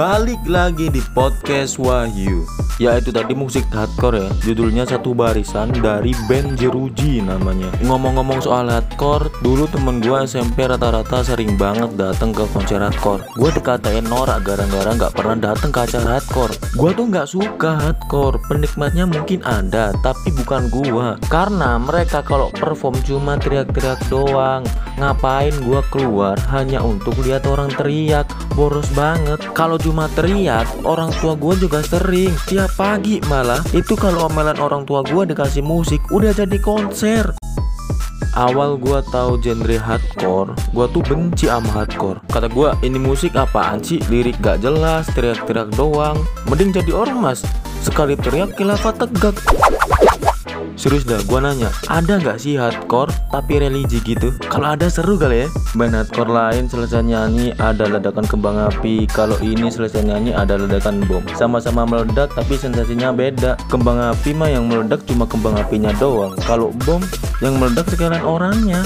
Balik lagi di podcast Wahyu. Ya itu tadi musik hardcore ya. Judulnya Satu Barisan dari band Jeruji namanya. Ngomong-ngomong soal hardcore, dulu temen gue SMP rata-rata sering banget datang ke konser hardcore. Gue dikatain norak gara-gara gak pernah datang ke acara hardcore. Gue tuh gak suka hardcore. Penikmatnya mungkin ada, tapi bukan gue. Karena mereka kalau perform cuma teriak-teriak doang. Ngapain gue keluar hanya untuk lihat orang teriak? Boros banget. Kalau cuma teriak, orang tua gue juga sering tiap pagi malah. Itu kalau omelan orang tua gue dikasih musik udah jadi konser. Awal gue tahu genre hardcore, gue tuh benci sama hardcore. Kata gue, ini musik apaan sih? Lirik gak jelas, teriak-teriak doang. Mending jadi ormas, sekali teriak khilafah tegak. Serius dah, gue nanya, ada gak sih hardcore tapi religi gitu? Kalau ada seru kali ya. Band hardcore lain selesai nyanyi ada ledakan kembang api. Kalau ini selesai nyanyi ada ledakan bom. Sama-sama meledak tapi sensasinya beda. Kembang api mah yang meledak cuma kembang apinya doang. Kalau bom yang meledak sekalian orangnya.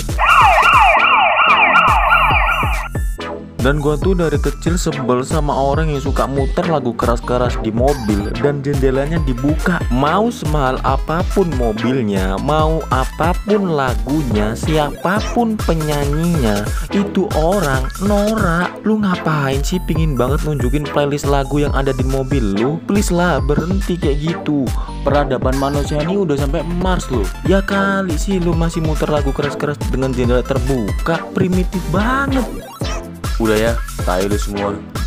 Dan gua tuh dari kecil sebel sama orang yang suka muter lagu keras-keras di mobil dan jendelanya dibuka. Mau semahal apapun mobilnya, mau apapun lagunya, siapapun penyanyinya, itu orang norak. Lu ngapain sih pingin banget nunjukin playlist lagu yang ada di mobil lu? Please lah, berhenti kayak gitu. Peradaban manusia ini udah sampai Mars lu. Ya kali sih lu masih muter lagu keras-keras dengan jendela terbuka. Primitif banget. Udah ya, tai lu semua.